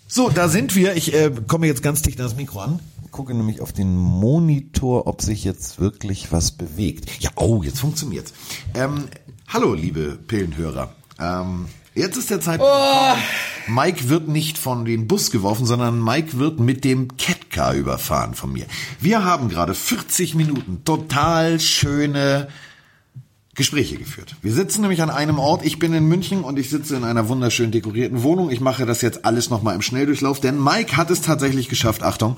So, da sind wir. Ich komme jetzt ganz dicht an das Mikro an. Gucke nämlich auf den Monitor, ob sich jetzt wirklich was bewegt. Ja, jetzt funktioniert's. Hallo, liebe Pillenhörer. Jetzt ist der Zeitpunkt gekommen. Mike wird nicht von den Bus geworfen, sondern Mike wird mit dem Catcar überfahren von mir. Wir haben gerade 40 Minuten total schöne Gespräche geführt. Wir sitzen nämlich an einem Ort. Ich bin in München und ich sitze in einer wunderschön dekorierten Wohnung. Ich mache das jetzt alles nochmal im Schnelldurchlauf, denn Mike hat es tatsächlich geschafft, Achtung,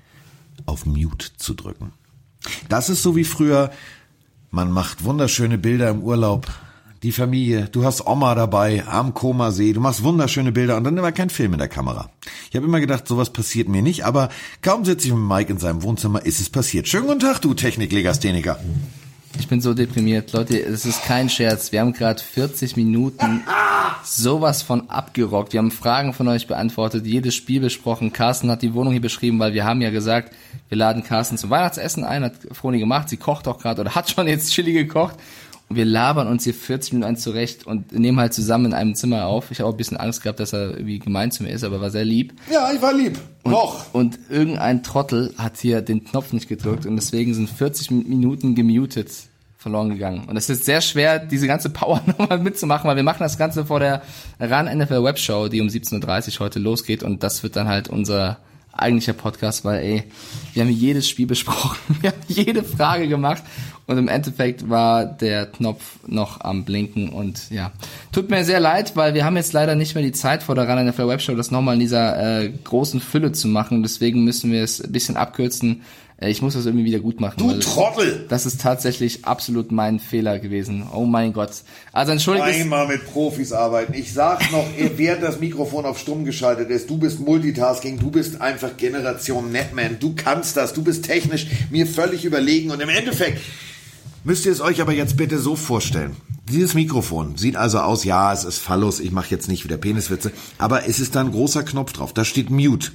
auf Mute zu drücken. Das ist so wie früher, man macht wunderschöne Bilder im Urlaub, die Familie, du hast Oma dabei, am Komasee, du machst wunderschöne Bilder und dann immer kein Film in der Kamera. Ich habe immer gedacht, sowas passiert mir nicht, aber kaum sitze ich mit Mike in seinem Wohnzimmer, ist es passiert. Schönen guten Tag, du Techniklegastheniker. Ich bin so deprimiert. Leute, es ist kein Scherz. Wir haben gerade 40 Minuten sowas von abgerockt. Wir haben Fragen von euch beantwortet, jedes Spiel besprochen. Carsten hat die Wohnung hier beschrieben, weil wir haben ja gesagt, wir laden Carsten zum Weihnachtsessen ein, hat Froni gemacht. Sie kocht auch gerade oder hat schon jetzt Chili gekocht. Und wir labern uns hier 40 Minuten zurecht und nehmen halt zusammen in einem Zimmer auf. Ich habe auch ein bisschen Angst gehabt, dass er irgendwie gemein zu mir ist, aber war sehr lieb. Ja, ich war lieb. Noch. Und irgendein Trottel hat hier den Knopf nicht gedrückt und deswegen sind 40 Minuten gemutet verloren gegangen. Und es ist sehr schwer, diese ganze Power nochmal mitzumachen, weil wir machen das Ganze vor der RAN NFL Webshow, die um 17.30 Uhr heute losgeht und das wird dann halt unser eigentlicher Podcast, weil wir haben jedes Spiel besprochen, wir haben jede Frage gemacht und im Endeffekt war der Knopf noch am Blinken und ja, tut mir sehr leid, weil wir haben jetzt leider nicht mehr die Zeit vor der RAN NFL Webshow, das nochmal in dieser großen Fülle zu machen, deswegen müssen wir es ein bisschen abkürzen. Ich muss das irgendwie wieder gut machen. Du Trottel! Das ist tatsächlich absolut mein Fehler gewesen. Oh mein Gott. Also entschuldige. Einmal mit Profis arbeiten. Ich sag noch, während das Mikrofon auf stumm geschaltet ist, du bist Multitasking, du bist einfach Generation Netman, du kannst das, du bist technisch mir völlig überlegen und im Endeffekt müsst ihr es euch aber jetzt bitte so vorstellen. Dieses Mikrofon sieht also aus, ja, es ist Phallus, ich mache jetzt nicht wieder Peniswitze, aber es ist da ein großer Knopf drauf, da steht Mute,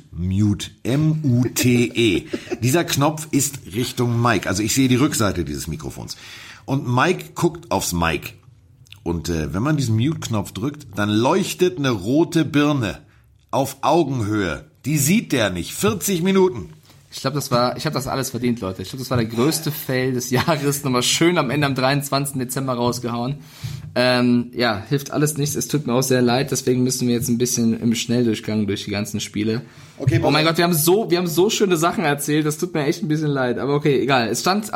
M-U-T-E. Dieser Knopf ist Richtung Mike, also ich sehe die Rückseite dieses Mikrofons. Und Mike guckt aufs Mic. Und wenn man diesen Mute-Knopf drückt, dann leuchtet eine rote Birne auf Augenhöhe. Die sieht der nicht, 40 Minuten. Ich glaube, ich habe das alles verdient, Leute. Ich glaube, das war der größte Fail des Jahres. Nochmal schön am Ende am 23. Dezember rausgehauen. Ja, hilft alles nichts. Es tut mir auch sehr leid. Deswegen müssen wir jetzt ein bisschen im Schnelldurchgang durch die ganzen Spiele. Okay, oh mein Gott, wir haben so schöne Sachen erzählt. Das tut mir echt ein bisschen leid. Aber okay, egal. Es stand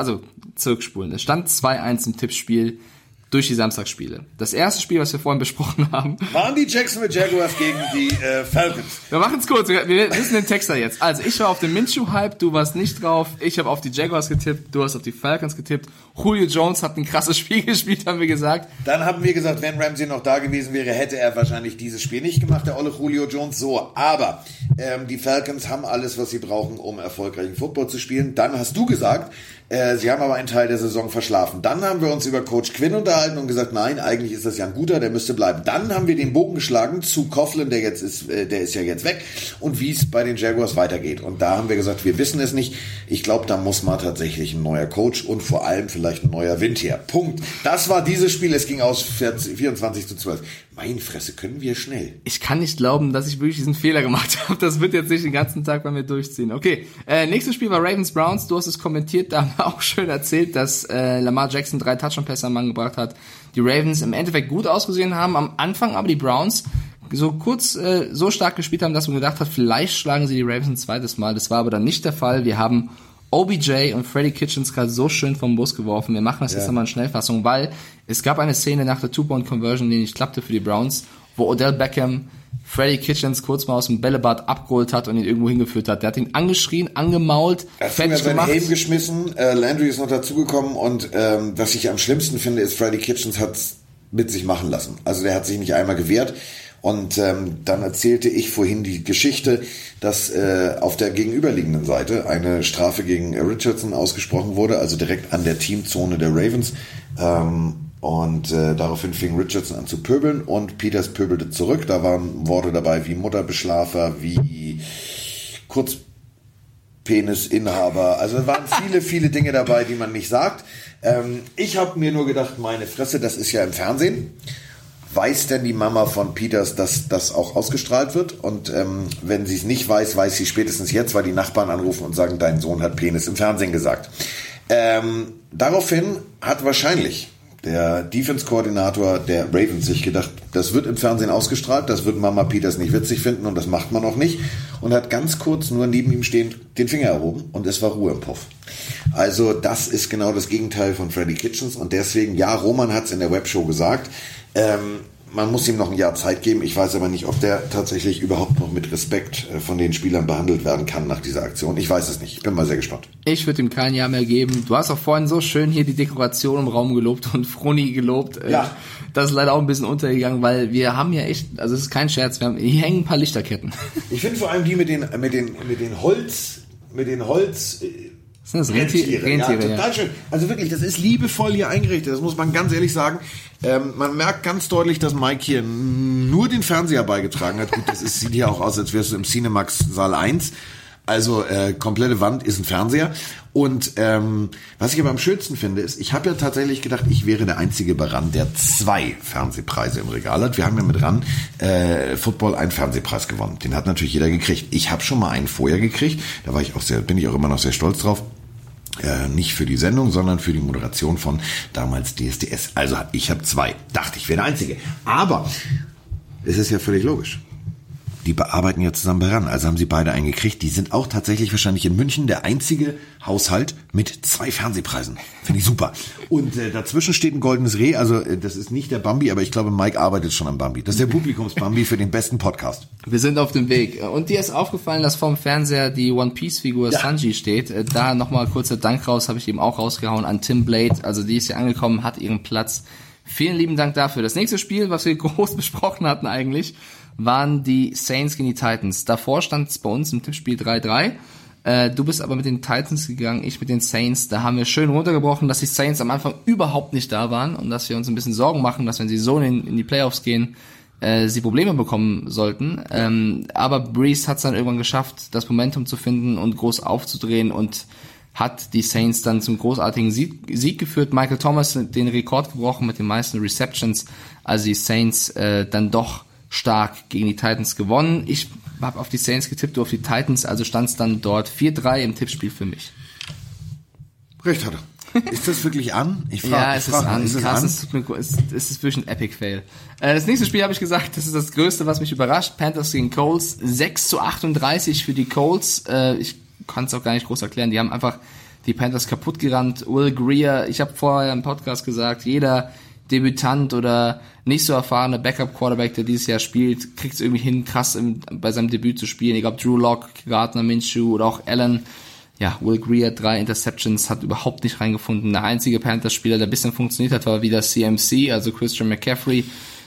2-1 im Tippspiel durch die Samstagsspiele. Das erste Spiel, was wir vorhin besprochen haben, waren die Jacksonville Jaguars gegen die Falcons. Wir machen es kurz, wir wissen den Text da jetzt. Also ich war auf den Minshew-Hype, du warst nicht drauf, ich habe auf die Jaguars getippt, du hast auf die Falcons getippt, Julio Jones hat ein krasses Spiel gespielt, haben wir gesagt. Dann haben wir gesagt, wenn Ramsey noch da gewesen wäre, hätte er wahrscheinlich dieses Spiel nicht gemacht, der olle Julio Jones. So, aber die Falcons haben alles, was sie brauchen, um erfolgreichen Football zu spielen. Dann hast du gesagt, sie haben aber einen Teil der Saison verschlafen. Dann haben wir uns über Coach Quinn unterhalten und gesagt, nein, eigentlich ist das ja ein guter, der müsste bleiben. Dann haben wir den Bogen geschlagen zu Coughlin, der ist ja jetzt weg, und wie es bei den Jaguars weitergeht. Und da haben wir gesagt, wir wissen es nicht. Ich glaube, da muss mal tatsächlich ein neuer Coach und vor allem vielleicht ein neuer Wind her. Punkt. Das war dieses Spiel. Es ging aus 24-12. Mein Fresse, können wir schnell. Ich kann nicht glauben, dass ich wirklich diesen Fehler gemacht habe. Das wird jetzt nicht den ganzen Tag bei mir durchziehen. Okay, nächstes Spiel war Ravens-Browns. Du hast es kommentiert, da haben wir auch schön erzählt, dass Lamar Jackson 3 Touchdown-Pässe am Mann gebracht hat. Die Ravens im Endeffekt gut ausgesehen haben am Anfang, aber die Browns so kurz so stark gespielt haben, dass man gedacht hat, vielleicht schlagen sie die Ravens ein zweites Mal. Das war aber dann nicht der Fall. Wir haben OBJ und Freddie Kitchens gerade so schön vom Bus geworfen. Wir machen das jetzt nochmal in Schnellfassung, weil es gab eine Szene nach der Two-Point-Conversion, die nicht klappte für die Browns, wo Odell Beckham Freddie Kitchens kurz mal aus dem Bällebad abgeholt hat und ihn irgendwo hingeführt hat. Der hat ihn angeschrien, angemault, fertig gemacht. Er hat Helm geschmissen, Landry ist noch dazugekommen und was ich am schlimmsten finde, ist, Freddie Kitchens hat's mit sich machen lassen. Also der hat sich nicht einmal gewehrt. Und dann erzählte ich vorhin die Geschichte, dass auf der gegenüberliegenden Seite eine Strafe gegen Richardson ausgesprochen wurde, also direkt an der Teamzone der Ravens. Daraufhin fing Richardson an zu pöbeln und Peters pöbelte zurück. Da waren Worte dabei wie Mutterbeschlafer, wie Kurzpenisinhaber. Also es waren viele Dinge dabei, die man nicht sagt. Ich habe mir nur gedacht, meine Fresse, das ist ja im Fernsehen. weiß denn die Mama von Peters, dass das auch ausgestrahlt wird? Und wenn sie es nicht weiß, weiß sie spätestens jetzt, weil die Nachbarn anrufen und sagen, dein Sohn hat Penis im Fernsehen gesagt. Daraufhin hat wahrscheinlich der Defense-Koordinator der Ravens sich gedacht, das wird im Fernsehen ausgestrahlt, das wird Mama Peters nicht witzig finden und das macht man auch nicht. Und hat ganz kurz nur neben ihm stehend den Finger erhoben und es war Ruhe im Puff. Also das ist genau das Gegenteil von Freddy Kitchens und deswegen, ja, Roman hat es in der Webshow gesagt, man muss ihm noch ein Jahr Zeit geben. Ich weiß aber nicht, ob der tatsächlich überhaupt noch mit Respekt von den Spielern behandelt werden kann nach dieser Aktion. Ich weiß es nicht. Ich bin mal sehr gespannt. Ich würde ihm kein Jahr mehr geben. Du hast auch vorhin so schön hier die Dekoration im Raum gelobt und Froni gelobt. Ja. Das ist leider auch ein bisschen untergegangen, weil wir haben ja echt, also es ist kein Scherz, hier hängen ein paar Lichterketten. Ich finde vor allem die mit den Holz. Sind das Rentiere? Ja, total schön. Also wirklich, das ist liebevoll hier eingerichtet, das muss man ganz ehrlich sagen. Man merkt ganz deutlich, dass Mike hier nur den Fernseher beigetragen hat. Gut, sieht hier auch aus, als wärst du im Cinemax Saal 1. Also komplette Wand ist ein Fernseher. Und was ich aber am schönsten finde, ist, ich habe ja tatsächlich gedacht, ich wäre der einzige bei RAN, der 2 Fernsehpreise im Regal hat. Wir haben ja mit RAN Football einen Fernsehpreis gewonnen. Den hat natürlich jeder gekriegt. Ich habe schon mal einen vorher gekriegt. Da bin ich auch immer noch sehr stolz drauf. Nicht für die Sendung, sondern für die Moderation von damals DSDS. Also ich habe 2. Dachte, ich wäre der Einzige. Aber es ist ja völlig logisch. Die arbeiten ja zusammen bei RAN, also haben sie beide einen gekriegt. Die sind auch tatsächlich wahrscheinlich in München der einzige Haushalt mit 2 Fernsehpreisen. Finde ich super. Und dazwischen steht ein goldenes Reh, also das ist nicht der Bambi, aber ich glaube, Mike arbeitet schon am Bambi. Das ist der Publikums-Bambi für den besten Podcast. Wir sind auf dem Weg. Und dir ist aufgefallen, dass vorm Fernseher die One-Piece-Figur Sanji steht. Da nochmal kurzer Dank raus, habe ich eben auch rausgehauen an Tim Blade. Also die ist hier angekommen, hat ihren Platz. Vielen lieben Dank dafür. Das nächste Spiel, was wir groß besprochen hatten eigentlich, waren die Saints gegen die Titans. Davor stand es bei uns im Tippspiel 3-3. Du bist aber mit den Titans gegangen, ich mit den Saints. Da haben wir schön runtergebrochen, dass die Saints am Anfang überhaupt nicht da waren und dass wir uns ein bisschen Sorgen machen, dass wenn sie so in die Playoffs gehen, sie Probleme bekommen sollten. Aber Breeze hat es dann irgendwann geschafft, das Momentum zu finden und groß aufzudrehen und hat die Saints dann zum großartigen Sieg geführt. Michael Thomas den Rekord gebrochen mit den meisten Receptions. Also die Saints dann doch stark gegen die Titans gewonnen. Ich habe auf die Saints getippt, du auf die Titans, also stand es dann dort 4-3 im Tippspiel für mich. Recht hat er. Ist das wirklich an? Ja, es ist an. Es ist wirklich ein Epic-Fail. Das nächste Spiel habe ich gesagt, das ist das Größte, was mich überrascht. Panthers gegen Colts, 6-38 für die Colts. Ich kann es auch gar nicht groß erklären. Die haben einfach die Panthers kaputt gerannt. Will Grier, ich habe vorher im Podcast gesagt, jeder Debütant oder nicht so erfahrener Backup-Quarterback, der dieses Jahr spielt, kriegt es irgendwie hin, krass bei seinem Debüt zu spielen. Ich glaube, Drew Lock, Gardner Minshew oder auch Allen. Ja, Will Grier, 3 Interceptions, hat überhaupt nicht reingefunden. Der einzige Panthers-Spieler, der ein bisschen funktioniert hat, war wieder CMC, also Christian McCaffrey.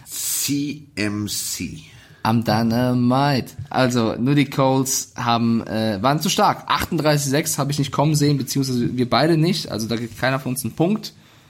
CMC. Am Dynamite. Also, nur die Colts waren zu stark. 38-6 habe ich nicht kommen sehen, beziehungsweise wir beide nicht. Also, da gibt keiner von uns einen Punkt.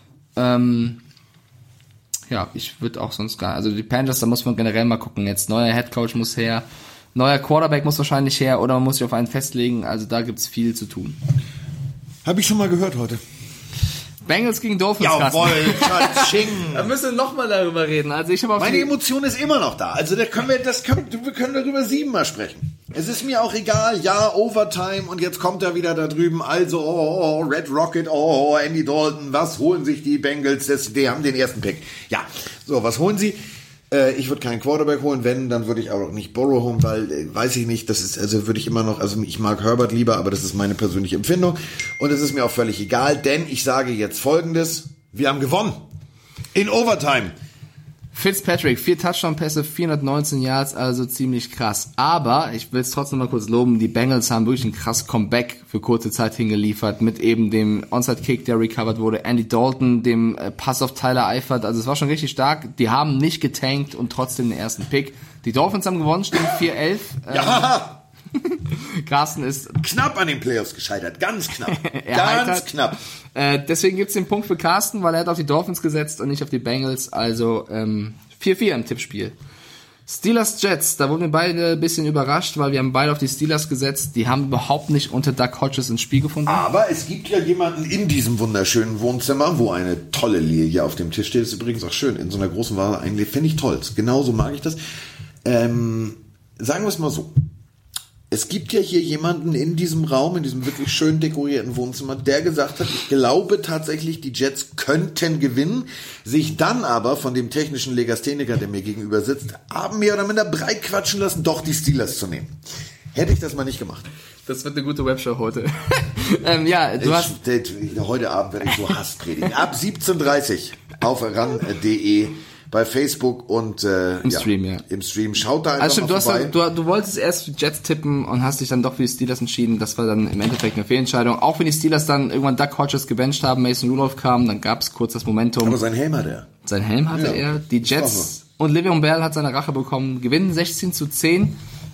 Ja, ich würde auch sonst gar, also die Panthers, da muss man generell mal gucken. Jetzt neuer Headcoach muss her, neuer Quarterback muss wahrscheinlich her oder man muss sich auf einen festlegen. Also da gibt's viel zu tun. Habe ich schon mal gehört heute. Bengals gegen Dolphins. Jawohl, Tsching. Da müssen wir nochmal darüber reden. Also ich habe meine Emotion ist immer noch da. Also wir können darüber 7-mal sprechen. Es ist mir auch egal. Ja, Overtime und jetzt kommt er wieder da drüben. Also, Red Rocket, Andy Dalton. Was holen sich die Bengals? Die haben den ersten Pick. Ja, so, was holen sie? Ich würde keinen Quarterback holen, wenn, dann würde ich auch nicht Burrow holen, weil, weiß ich nicht, das ist, also würde ich immer noch, also ich mag Herbert lieber, aber das ist meine persönliche Empfindung und es ist mir auch völlig egal, denn ich sage jetzt Folgendes, wir haben gewonnen. In Overtime. Fitzpatrick, 4 Touchdown-Pässe, 419 Yards, also ziemlich krass. Aber, ich will es trotzdem mal kurz loben, die Bengals haben wirklich ein krass Comeback für kurze Zeit hingeliefert, mit eben dem Onside-Kick, der recovered wurde, Andy Dalton, dem Pass auf Tyler Eifert, also es war schon richtig stark. Die haben nicht getankt und trotzdem den ersten Pick. Die Dolphins haben gewonnen, stehen 4-11. Ja! Carsten ist knapp an den Playoffs gescheitert, ganz knapp. Ganz knapp. Deswegen gibt's den Punkt für Carsten, weil er hat auf die Dolphins gesetzt und nicht auf die Bengals. Also 4-4 im Tippspiel. Steelers Jets, da wurden wir beide ein bisschen überrascht, weil wir haben beide auf die Steelers gesetzt. Die haben überhaupt nicht unter Doug Hodges ins Spiel gefunden. Aber es gibt ja jemanden in diesem wunderschönen Wohnzimmer, wo eine tolle Lilie auf dem Tisch steht. Das ist übrigens auch schön, in so einer großen Vase eigentlich. Finde ich toll. Genauso mag ich das. Sagen wir es mal so. Es gibt ja hier jemanden in diesem Raum, in diesem wirklich schön dekorierten Wohnzimmer, der gesagt hat, ich glaube tatsächlich, die Jets könnten gewinnen, sich dann aber von dem technischen Legastheniker, der mir gegenüber sitzt, haben mehr oder minder breit quatschen lassen, doch die Steelers zu nehmen. Hätte ich das mal nicht gemacht. Das wird eine gute Webshow heute. Ja, du hast... Heute Abend werde ich so Hass predigen. Ab 17:30 auf ran.de. Bei Facebook und im Stream, ja. Im Stream. Schaut da einfach also stimmt, mal vorbei. Du wolltest erst für Jets tippen und hast dich dann doch für die Steelers entschieden. Das war dann im Endeffekt eine Fehlentscheidung. Auch wenn die Steelers dann irgendwann Doug Hodges gebencht haben, Mason Rudolph kam, dann gab es kurz das Momentum. Aber sein Helm hatte er. Sein Helm hatte er. Die Jets und Le'Veon Bell hat seine Rache bekommen. Gewinnen 16-10.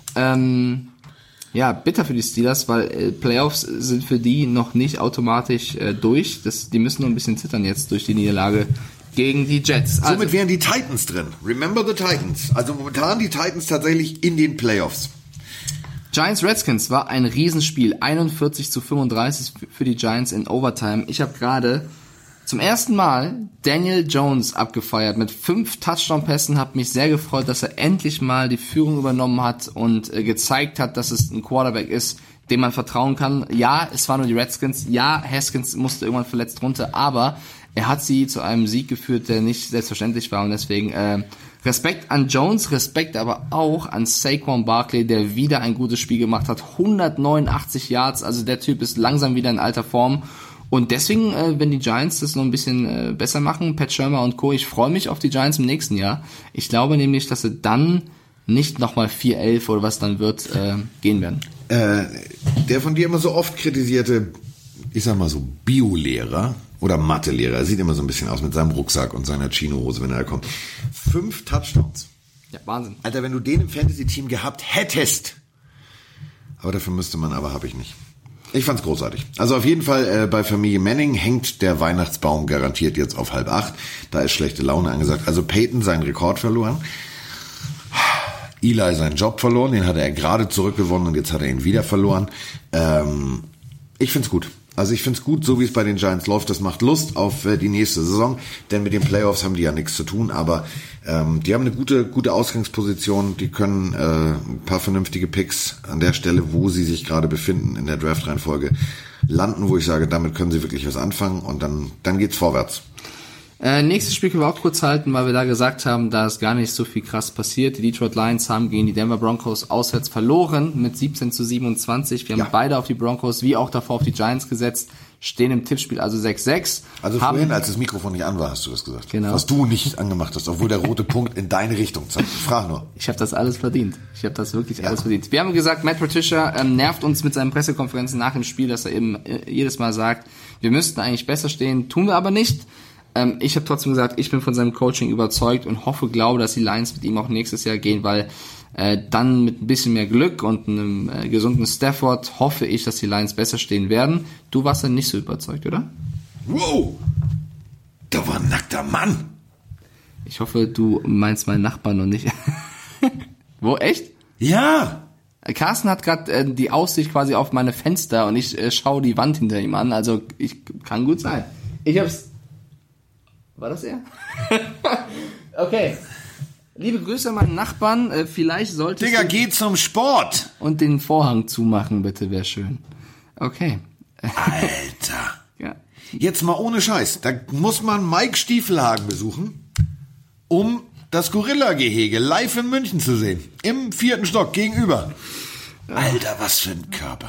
Ja, bitter für die Steelers, weil Playoffs sind für die noch nicht automatisch durch. Die müssen noch ein bisschen zittern jetzt durch die Niederlage gegen die Jets. Also, somit wären die Titans drin. Remember the Titans. Also momentan die Titans tatsächlich in den Playoffs. Giants Redskins war ein Riesenspiel. 41-35 für die Giants in Overtime. Ich habe gerade zum ersten Mal Daniel Jones abgefeiert mit 5 Touchdown-Pässen. Habe mich sehr gefreut, dass er endlich mal die Führung übernommen hat und gezeigt hat, dass es ein Quarterback ist, dem man vertrauen kann. Ja, es waren nur die Redskins. Ja, Haskins musste irgendwann verletzt runter, aber er hat sie zu einem Sieg geführt, der nicht selbstverständlich war und deswegen Respekt an Jones, Respekt aber auch an Saquon Barkley, der wieder ein gutes Spiel gemacht hat. 189 Yards, also der Typ ist langsam wieder in alter Form und deswegen, wenn die Giants das noch ein bisschen besser machen, Pat Shurmur und Co., ich freue mich auf die Giants im nächsten Jahr. Ich glaube nämlich, dass sie dann nicht nochmal 4-11 oder was dann wird, gehen werden. Der von dir immer so oft kritisierte, ich sag mal so, Biolehrer oder Mathelehrer, er sieht immer so ein bisschen aus mit seinem Rucksack und seiner Chino-Hose, wenn er da kommt. 5 Touchdowns. Ja, Wahnsinn. Alter, wenn du den im Fantasy-Team gehabt hättest. Aber dafür müsste man, aber habe ich nicht. Ich fand's großartig. Also auf jeden Fall bei Familie Manning hängt der Weihnachtsbaum garantiert jetzt auf 7:30. Da ist schlechte Laune angesagt. Also Peyton seinen Rekord verloren. Eli seinen Job verloren, den hatte er gerade zurückgewonnen und jetzt hat er ihn wieder verloren. Ich find's gut. Also ich find's gut, so wie es bei den Giants läuft. Das macht Lust auf die nächste Saison, denn mit den Playoffs haben die ja nichts zu tun. Aber die haben eine gute Ausgangsposition. Die können ein paar vernünftige Picks an der Stelle, wo sie sich gerade befinden in der Draft-Reihenfolge, landen, wo ich sage, damit können sie wirklich was anfangen und dann geht's vorwärts. Nächstes Spiel können wir auch kurz halten, weil wir da gesagt haben, da ist gar nicht so viel krass passiert. Die Detroit Lions haben gegen die Denver Broncos auswärts verloren mit 17-27. Wir haben beide auf die Broncos wie auch davor auf die Giants gesetzt, stehen im Tippspiel also 6-6. Also vorhin, als das Mikrofon nicht an war, hast du das gesagt. Genau. Was du nicht angemacht hast, obwohl der rote Punkt in deine Richtung zeigt. Ich frage nur. Ich habe das alles verdient. Ich habe das wirklich alles verdient. Wir haben gesagt, Matt Patricia nervt uns mit seinen Pressekonferenzen nach dem Spiel, dass er eben jedes Mal sagt, wir müssten eigentlich besser stehen, tun wir aber nicht. Ich habe trotzdem gesagt, ich bin von seinem Coaching überzeugt und glaube, dass die Lions mit ihm auch nächstes Jahr gehen, weil dann mit ein bisschen mehr Glück und einem gesunden Stafford hoffe ich, dass die Lions besser stehen werden. Du warst dann nicht so überzeugt, oder? Wow! Da war ein nackter Mann! Ich hoffe, du meinst meinen Nachbarn und nicht... Wo, echt? Ja! Carsten hat gerade die Aussicht quasi auf meine Fenster und ich schaue die Wand hinter ihm an, also kann gut sein. Ich hab's... War das er? Okay. Liebe Grüße an meinen Nachbarn. Vielleicht solltest Digga, geh zum Sport! Und den Vorhang zumachen, bitte, wäre schön. Okay. Alter. Ja. Jetzt mal ohne Scheiß. Da muss man Mike Stiefelhagen besuchen, um das Gorilla-Gehege live in München zu sehen. Im 4. Stock gegenüber. Alter, was für ein Körper.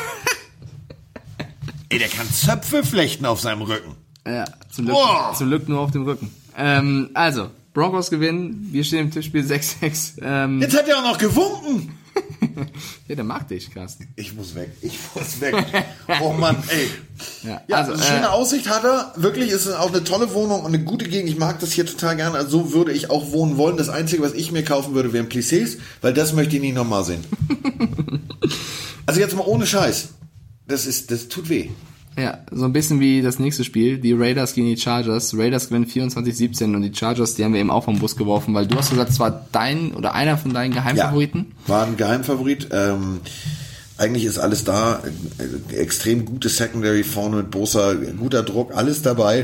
Ey, der kann Zöpfe flechten auf seinem Rücken. Ja, zum Glück nur auf dem Rücken. Also, Broncos gewinnen, wir stehen im Tippspiel 6-6. Jetzt hat er auch noch gewunken. Ja, der mag dich, Carsten. Ich muss weg. Oh Mann, ey. Ja, also eine schöne Aussicht hat er. Wirklich ist es auch eine tolle Wohnung und eine gute Gegend. Ich mag das hier total gerne. Also so würde ich auch wohnen wollen. Das Einzige, was ich mir kaufen würde, wären Plissés, weil das möchte ich nie nochmal sehen. Also jetzt mal ohne Scheiß. Das tut weh. Ja, so ein bisschen wie das nächste Spiel, die Raiders gegen die Chargers. Raiders gewinnen 24-17 und die Chargers, die haben wir eben auch vom Bus geworfen, weil du hast gesagt, es war dein oder einer von deinen Geheimfavoriten. Ja, war ein Geheimfavorit. Eigentlich ist alles da. Extrem gute Secondary vorne mit Bosa, guter Druck, alles dabei.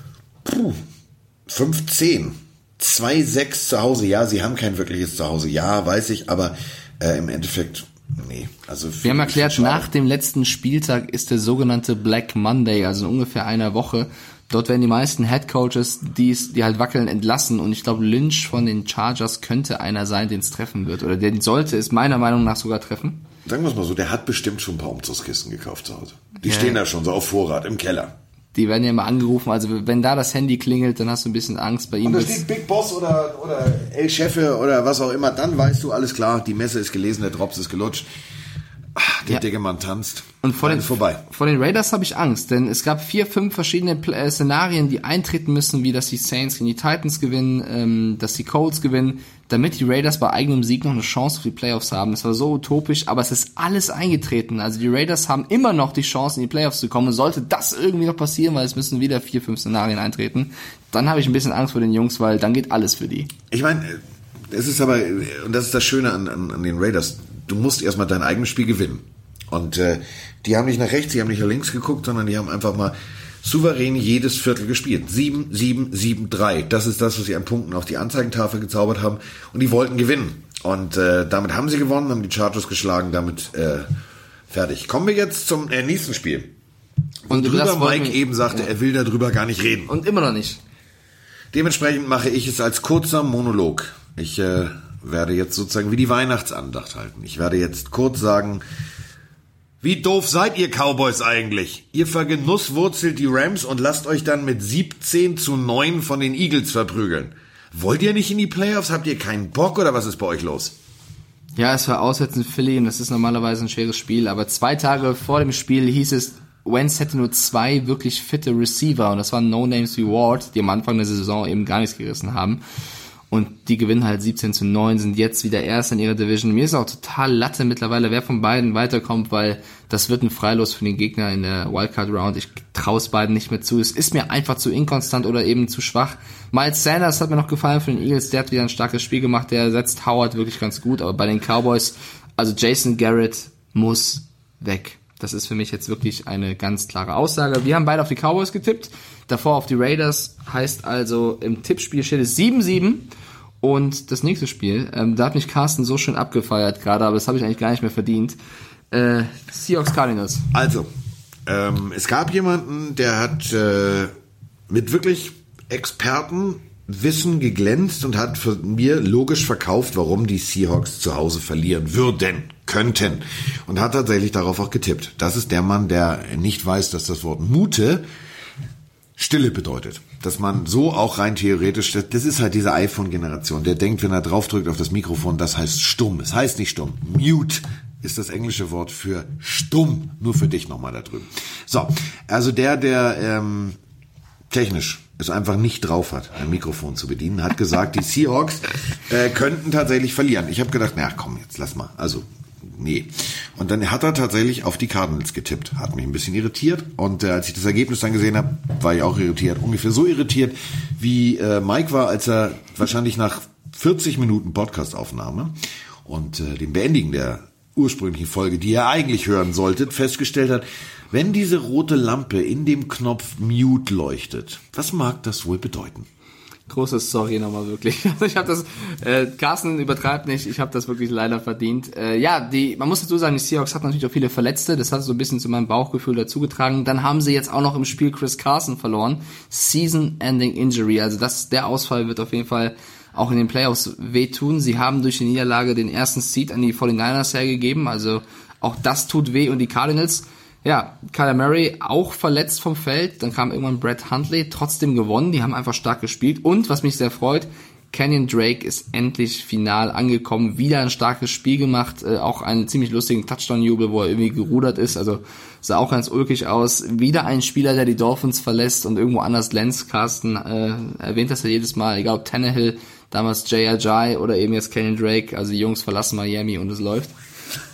5-10. 2-6 zu Hause. Ja, sie haben kein wirkliches Zuhause. Ja, weiß ich, aber im Endeffekt, nee. Also wir haben erklärt, nach dem letzten Spieltag ist der sogenannte Black Monday, also in ungefähr einer Woche. Dort werden die meisten Headcoaches, die halt wackeln, entlassen. Und ich glaube, Lynch von den Chargers könnte einer sein, den es treffen wird. Oder den sollte es meiner Meinung nach sogar treffen. Sagen wir es mal so, der hat bestimmt schon ein paar Umzugskisten gekauft zu Hause. Die stehen da schon so auf Vorrat im Keller. Die werden ja immer angerufen, also wenn da das Handy klingelt, dann hast du ein bisschen Angst bei ihm. Und da steht Big Boss oder El Chefe oder was auch immer, dann weißt du, alles klar, die Messe ist gelesen, der Drops ist gelutscht. Der dicke Mann tanzt. Und vor den Raiders habe ich Angst, denn es gab 4-5 verschiedene Szenarien, die eintreten müssen, wie dass die Saints gegen die Titans gewinnen, dass die Colts gewinnen, damit die Raiders bei eigenem Sieg noch eine Chance auf die Playoffs haben. Das war so utopisch, aber es ist alles eingetreten. Also die Raiders haben immer noch die Chance, in die Playoffs zu kommen. Und sollte das irgendwie noch passieren, weil es müssen wieder 4-5 Szenarien eintreten, dann habe ich ein bisschen Angst vor den Jungs, weil dann geht alles für die. Ich meine, es ist aber, und das ist das Schöne an den Raiders, du musst erstmal dein eigenes Spiel gewinnen. Und die haben nicht nach rechts, die haben nicht nach links geguckt, sondern die haben einfach mal souverän jedes Viertel gespielt. 7-7-7-3. Das ist das, was sie an Punkten auf die Anzeigentafel gezaubert haben. Und die wollten gewinnen. Und damit haben sie gewonnen, haben die Chargers geschlagen, damit fertig. Kommen wir jetzt zum nächsten Spiel. Und drüber Mike eben sagte, er will darüber gar nicht reden. Und immer noch nicht. Dementsprechend mache ich es als kurzer Monolog. Ich werde jetzt sozusagen wie die Weihnachtsandacht halten. Ich werde jetzt kurz sagen, wie doof seid ihr Cowboys eigentlich? Ihr vergenusswurzelt die Rams und lasst euch dann mit 17-9 von den Eagles verprügeln. Wollt ihr nicht in die Playoffs? Habt ihr keinen Bock oder was ist bei euch los? Ja, es war auswärts in Philly und das ist normalerweise ein schweres Spiel, aber 2 Tage vor dem Spiel hieß es, Wentz hätte nur 2 wirklich fitte Receiver und das waren No-Names wie Ward, die am Anfang der Saison eben gar nichts gerissen haben. Und die gewinnen halt 17-9, sind jetzt wieder erst in ihrer Division. Mir ist auch total Latte mittlerweile, wer von beiden weiterkommt, weil das wird ein Freilos für den Gegner in der Wildcard-Round. Ich traue es beiden nicht mehr zu. Es ist mir einfach zu inkonstant oder eben zu schwach. Miles Sanders hat mir noch gefallen für den Eagles. Der hat wieder ein starkes Spiel gemacht. Der ersetzt Howard wirklich ganz gut. Aber bei den Cowboys, also Jason Garrett muss weg. Das ist für mich jetzt wirklich eine ganz klare Aussage. Wir haben beide auf die Cowboys getippt, davor auf die Raiders. Heißt also, im Tippspiel steht es 7-7. Und das nächste Spiel, da hat mich Carsten so schön abgefeiert gerade, aber das habe ich eigentlich gar nicht mehr verdient. Seahawks Cardinals. Also, es gab jemanden, der hat mit wirklich Expertenwissen geglänzt und hat für mir logisch verkauft, warum die Seahawks zu Hause verlieren könnten. Und hat tatsächlich darauf auch getippt. Das ist der Mann, der nicht weiß, dass das Wort Mute Stille bedeutet. Dass man so auch rein theoretisch, das ist halt diese iPhone-Generation, der denkt, wenn er draufdrückt auf das Mikrofon, das heißt stumm. Es heißt nicht stumm. Mute ist das englische Wort für stumm. Nur für dich nochmal da drüben. So, also der technisch es einfach nicht drauf hat, ein Mikrofon zu bedienen, hat gesagt, die Seahawks könnten tatsächlich verlieren. Ich habe gedacht, na komm, jetzt lass mal. Also, nee. Und dann hat er tatsächlich auf die Cardinals getippt. Hat mich ein bisschen irritiert. Und als ich das Ergebnis dann gesehen habe, war ich auch irritiert. Ungefähr so irritiert, wie Mike war, als er wahrscheinlich nach 40 Minuten Podcastaufnahme und dem Beendigen der ursprünglichen Folge, die ihr eigentlich hören solltet, festgestellt hat, wenn diese rote Lampe in dem Knopf Mute leuchtet, was mag das wohl bedeuten? Großes Sorry nochmal wirklich. Also ich habe das, Carsten übertreibt nicht, ich habe das wirklich leider verdient. Man muss dazu sagen, die Seahawks hatten natürlich auch viele Verletzte, das hat so ein bisschen zu meinem Bauchgefühl dazugetragen. Dann haben sie jetzt auch noch im Spiel Chris Carson verloren. Season-Ending Injury, also der Ausfall wird auf jeden Fall auch in den Playoffs wehtun. Sie haben durch die Niederlage den ersten Seed an die 49ers hergegeben, also auch das tut weh und die Cardinals. Ja, Kyler Murray auch verletzt vom Feld, dann kam irgendwann Brett Hundley, trotzdem gewonnen, die haben einfach stark gespielt und was mich sehr freut, Kenyon Drake ist endlich final angekommen, wieder ein starkes Spiel gemacht, auch einen ziemlich lustigen Touchdown-Jubel, wo er irgendwie gerudert ist, also sah auch ganz ulkig aus, wieder ein Spieler, der die Dolphins verlässt und irgendwo anders glänzt. Carsten erwähnt das ja jedes Mal, egal ob Tannehill, damals Jay Ajayi oder eben jetzt Kenyon Drake, also die Jungs verlassen Miami und es läuft.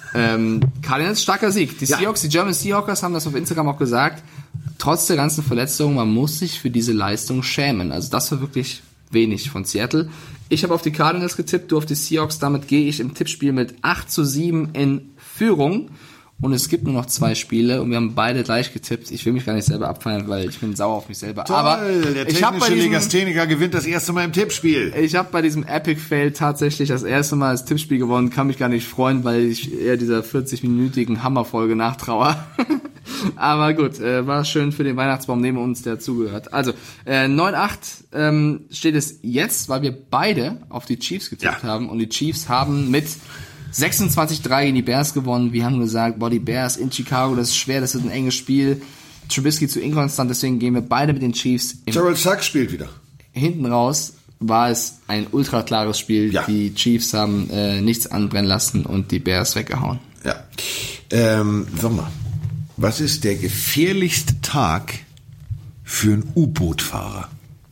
Cardinals, starker Sieg. Die Seahawks, die German Seahawkers haben das auf Instagram auch gesagt. Trotz der ganzen Verletzungen, man muss sich für diese Leistung schämen. Also das war wirklich wenig von Seattle. Ich habe auf die Cardinals getippt, du auf die Seahawks. Damit gehe ich im Tippspiel mit 8-7 in Führung. Und es gibt nur noch 2 Spiele und wir haben beide gleich getippt. Ich will mich gar nicht selber abfeiern, weil ich bin sauer auf mich selber. Toll, aber der technische Legastheniker gewinnt das erste Mal im Tippspiel. Ich habe bei diesem Epic Fail tatsächlich das erste Mal das Tippspiel gewonnen. Kann mich gar nicht freuen, weil ich eher dieser 40-minütigen Hammerfolge nachtraue. Aber gut, war schön für den Weihnachtsbaum neben uns, der zugehört. Also 9-8 steht es jetzt, weil wir beide auf die Chiefs getippt haben. Und die Chiefs haben mit 26-3 gegen die Bears gewonnen. Wir haben gesagt, die Bears in Chicago, das ist schwer, das ist ein enges Spiel. Trubisky zu inkonstant, deswegen gehen wir beide mit den Chiefs. Terrell Suggs spielt wieder. Hinten raus war es ein ultra klares Spiel. Ja. Die Chiefs haben nichts anbrennen lassen und die Bears weggehauen. Ja. Sag mal, was ist der gefährlichste Tag für einen U-Boot-Fahrer?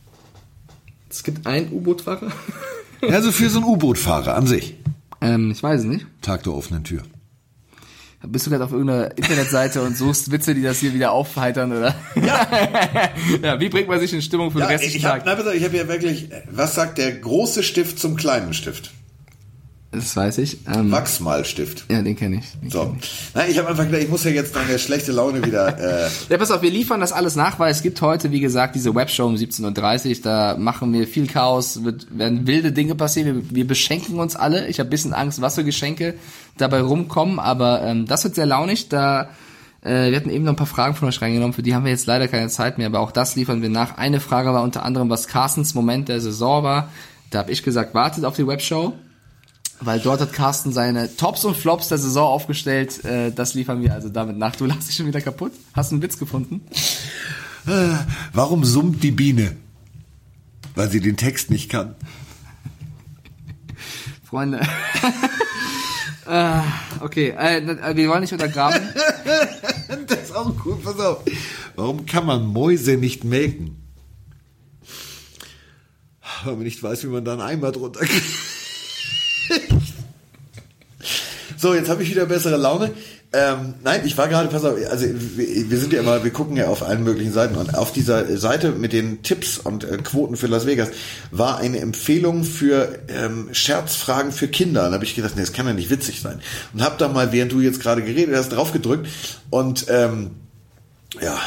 Es gibt einen U-Boot-Fahrer? Also für so einen U-Boot-Fahrer an sich. Ich weiß es nicht. Tag der offenen Tür. Bist du gerade auf irgendeiner Internetseite und suchst Witze, die das hier wieder aufheitern, oder? Ja. Ja, wie bringt man sich in Stimmung für den restlichen Tag? Ich habe ja wirklich, was sagt der große Stift zum kleinen Stift? Das weiß ich. Wachsmalstift. Ja, den kenne ich. Nein, ich habe einfach gedacht, ich muss ja jetzt deine schlechte Laune wieder... Ja, pass auf, wir liefern das alles nach, weil es gibt heute, wie gesagt, diese Webshow um 17.30 Uhr. Da machen wir viel Chaos, werden wilde Dinge passieren. Wir beschenken uns alle. Ich habe ein bisschen Angst, was für Geschenke dabei rumkommen. Aber das wird sehr launig. Wir hatten eben noch ein paar Fragen von euch reingenommen. Für die haben wir jetzt leider keine Zeit mehr. Aber auch das liefern wir nach. Eine Frage war unter anderem, was Carstens Moment der Saison war. Da habe ich gesagt, wartet auf die Webshow. Weil dort hat Carsten seine Tops und Flops der Saison aufgestellt. Das liefern wir also damit nach. Du lachst dich schon wieder kaputt. Hast du einen Witz gefunden? Warum summt die Biene? Weil sie den Text nicht kann. Freunde. Okay, wir wollen nicht untergraben. Das ist auch cool, pass auf. Warum kann man Mäuse nicht melken? Weil man nicht weiß, wie man da einen Eimer drunter kriegt. So, jetzt habe ich wieder bessere Laune. Nein, ich war gerade, pass auf, also wir sind ja immer, wir gucken ja auf allen möglichen Seiten und auf dieser Seite mit den Tipps und Quoten für Las Vegas war eine Empfehlung für Scherzfragen für Kinder. Und da habe ich gedacht, nee, das kann ja nicht witzig sein. Und habe da mal, während du jetzt gerade geredet hast, drauf gedrückt und ja,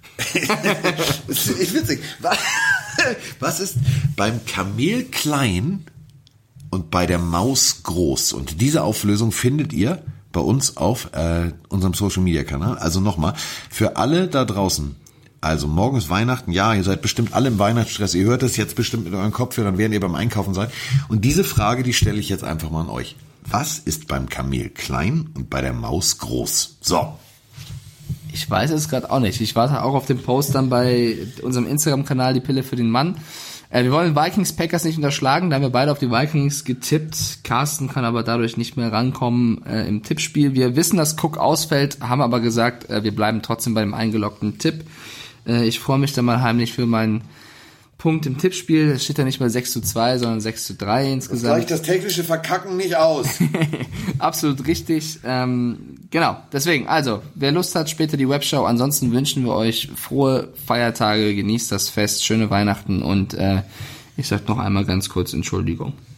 ist witzig. Was ist beim Kamel klein und bei der Maus groß? Und diese Auflösung findet ihr bei uns auf unserem Social-Media-Kanal. Also nochmal, für alle da draußen, also morgen ist Weihnachten, ja, ihr seid bestimmt alle im Weihnachtsstress, ihr hört das jetzt bestimmt mit euren Kopfhörern, während ihr beim Einkaufen seid. Und diese Frage, die stelle ich jetzt einfach mal an euch. Was ist beim Kamel klein und bei der Maus groß? So. Ich weiß es gerade auch nicht. Ich warte auch auf den Post dann bei unserem Instagram-Kanal, die Pille für den Mann. Wir wollen Vikings Packers nicht unterschlagen, da haben wir beide auf die Vikings getippt. Carsten kann aber dadurch nicht mehr rankommen im Tippspiel. Wir wissen, dass Cook ausfällt, haben aber gesagt, wir bleiben trotzdem bei dem eingeloggten Tipp. Ich freue mich dann mal heimlich für meinen Punkt im Tippspiel. Es steht ja nicht mal 6-2, sondern 6-3 insgesamt. Gleich das technische Verkacken nicht aus. Absolut richtig. Genau, deswegen, also, wer Lust hat, später die Webshow. Ansonsten wünschen wir euch frohe Feiertage, genießt das Fest, schöne Weihnachten und ich sag noch einmal ganz kurz Entschuldigung.